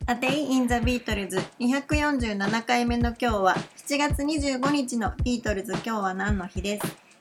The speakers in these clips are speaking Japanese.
A Day in the Beatles 247回目の今日は7月25日のビートルズ今日は何の日です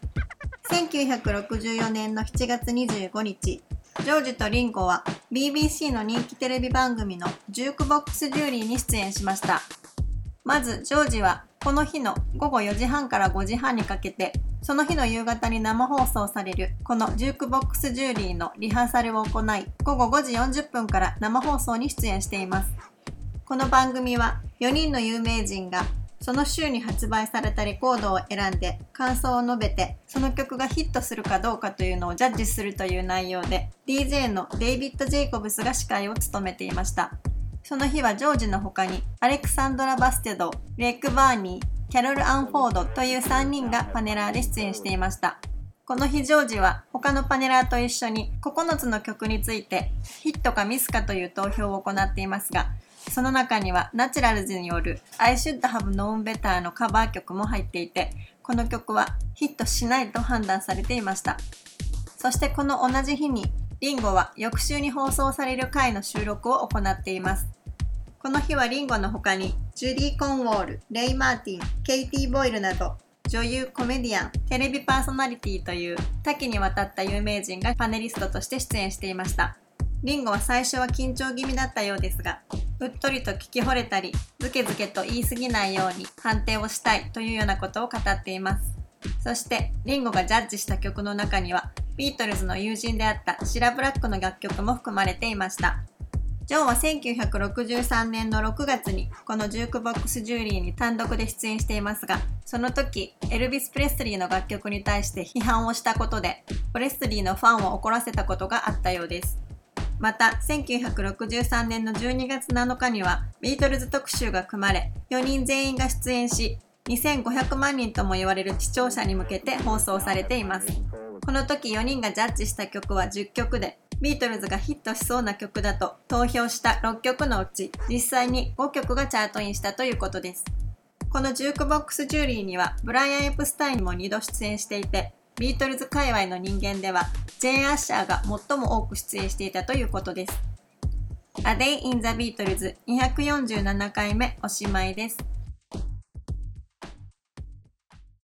。1964年の7月25日、ジョージとリンゴは BBC の人気テレビ番組のジュークボックスジュリーに出演しました。まずジョージはこの日の午後4時半から5時半にかけて、その日の夕方に生放送されるこのジュークボックスジュリーのリハーサルを行い、午後5時40分から生放送に出演しています。この番組は4人の有名人がその週に発売されたレコードを選んで感想を述べて、その曲がヒットするかどうかというのをジャッジするという内容で、 DJ のデイビッド・ジェイコブスが司会を務めていました。その日はジョージの他にアレクサンドラ・バステド、レック・バーニー、キャロル・アンフォードという3人がパネラーで出演していました。この日ジョージは他のパネラーと一緒に9つの曲についてヒットかミスかという投票を行っていますが、その中にはナチュラルズによる I Should Have Known Better のカバー曲も入っていて、この曲はヒットしないと判断されていました。そしてこの同じ日にリンゴは翌週に放送される回の収録を行っています。この日はリンゴの他にジュディ・コンウォール、レイ・マーティン、ケイティ・ボイルなど女優、コメディアン、テレビパーソナリティという多岐にわたった有名人がパネリストとして出演していました。リンゴは最初は緊張気味だったようですが、うっとりと聞き惚れたり、ズケズケと言い過ぎないように判定をしたいというようなことを語っています。そしてリンゴがジャッジした曲の中にはビートルズの友人であったシラ・ブラックの楽曲も含まれていました。ジョンは1963年の6月にこのジュークボックスジュリーに単独で出演していますが、その時エルビス・プレスリーの楽曲に対して批判をしたことでプレスリーのファンを怒らせたことがあったようです。また1963年の12月7日にはビートルズ特集が組まれ、4人全員が出演し、2500万人とも言われる視聴者に向けて放送されています。この時4人がジャッジした曲は10曲で、ビートルズがヒットしそうな曲だと投票した6曲のうち実際に5曲がチャートインしたということです。このジュークボックスジュリーにはブライアン・エプスタインも2度出演していて、ビートルズ界隈の人間ではジェーン・アッシャーが最も多く出演していたということです。A Day in the Beatles 247回目おしまいです。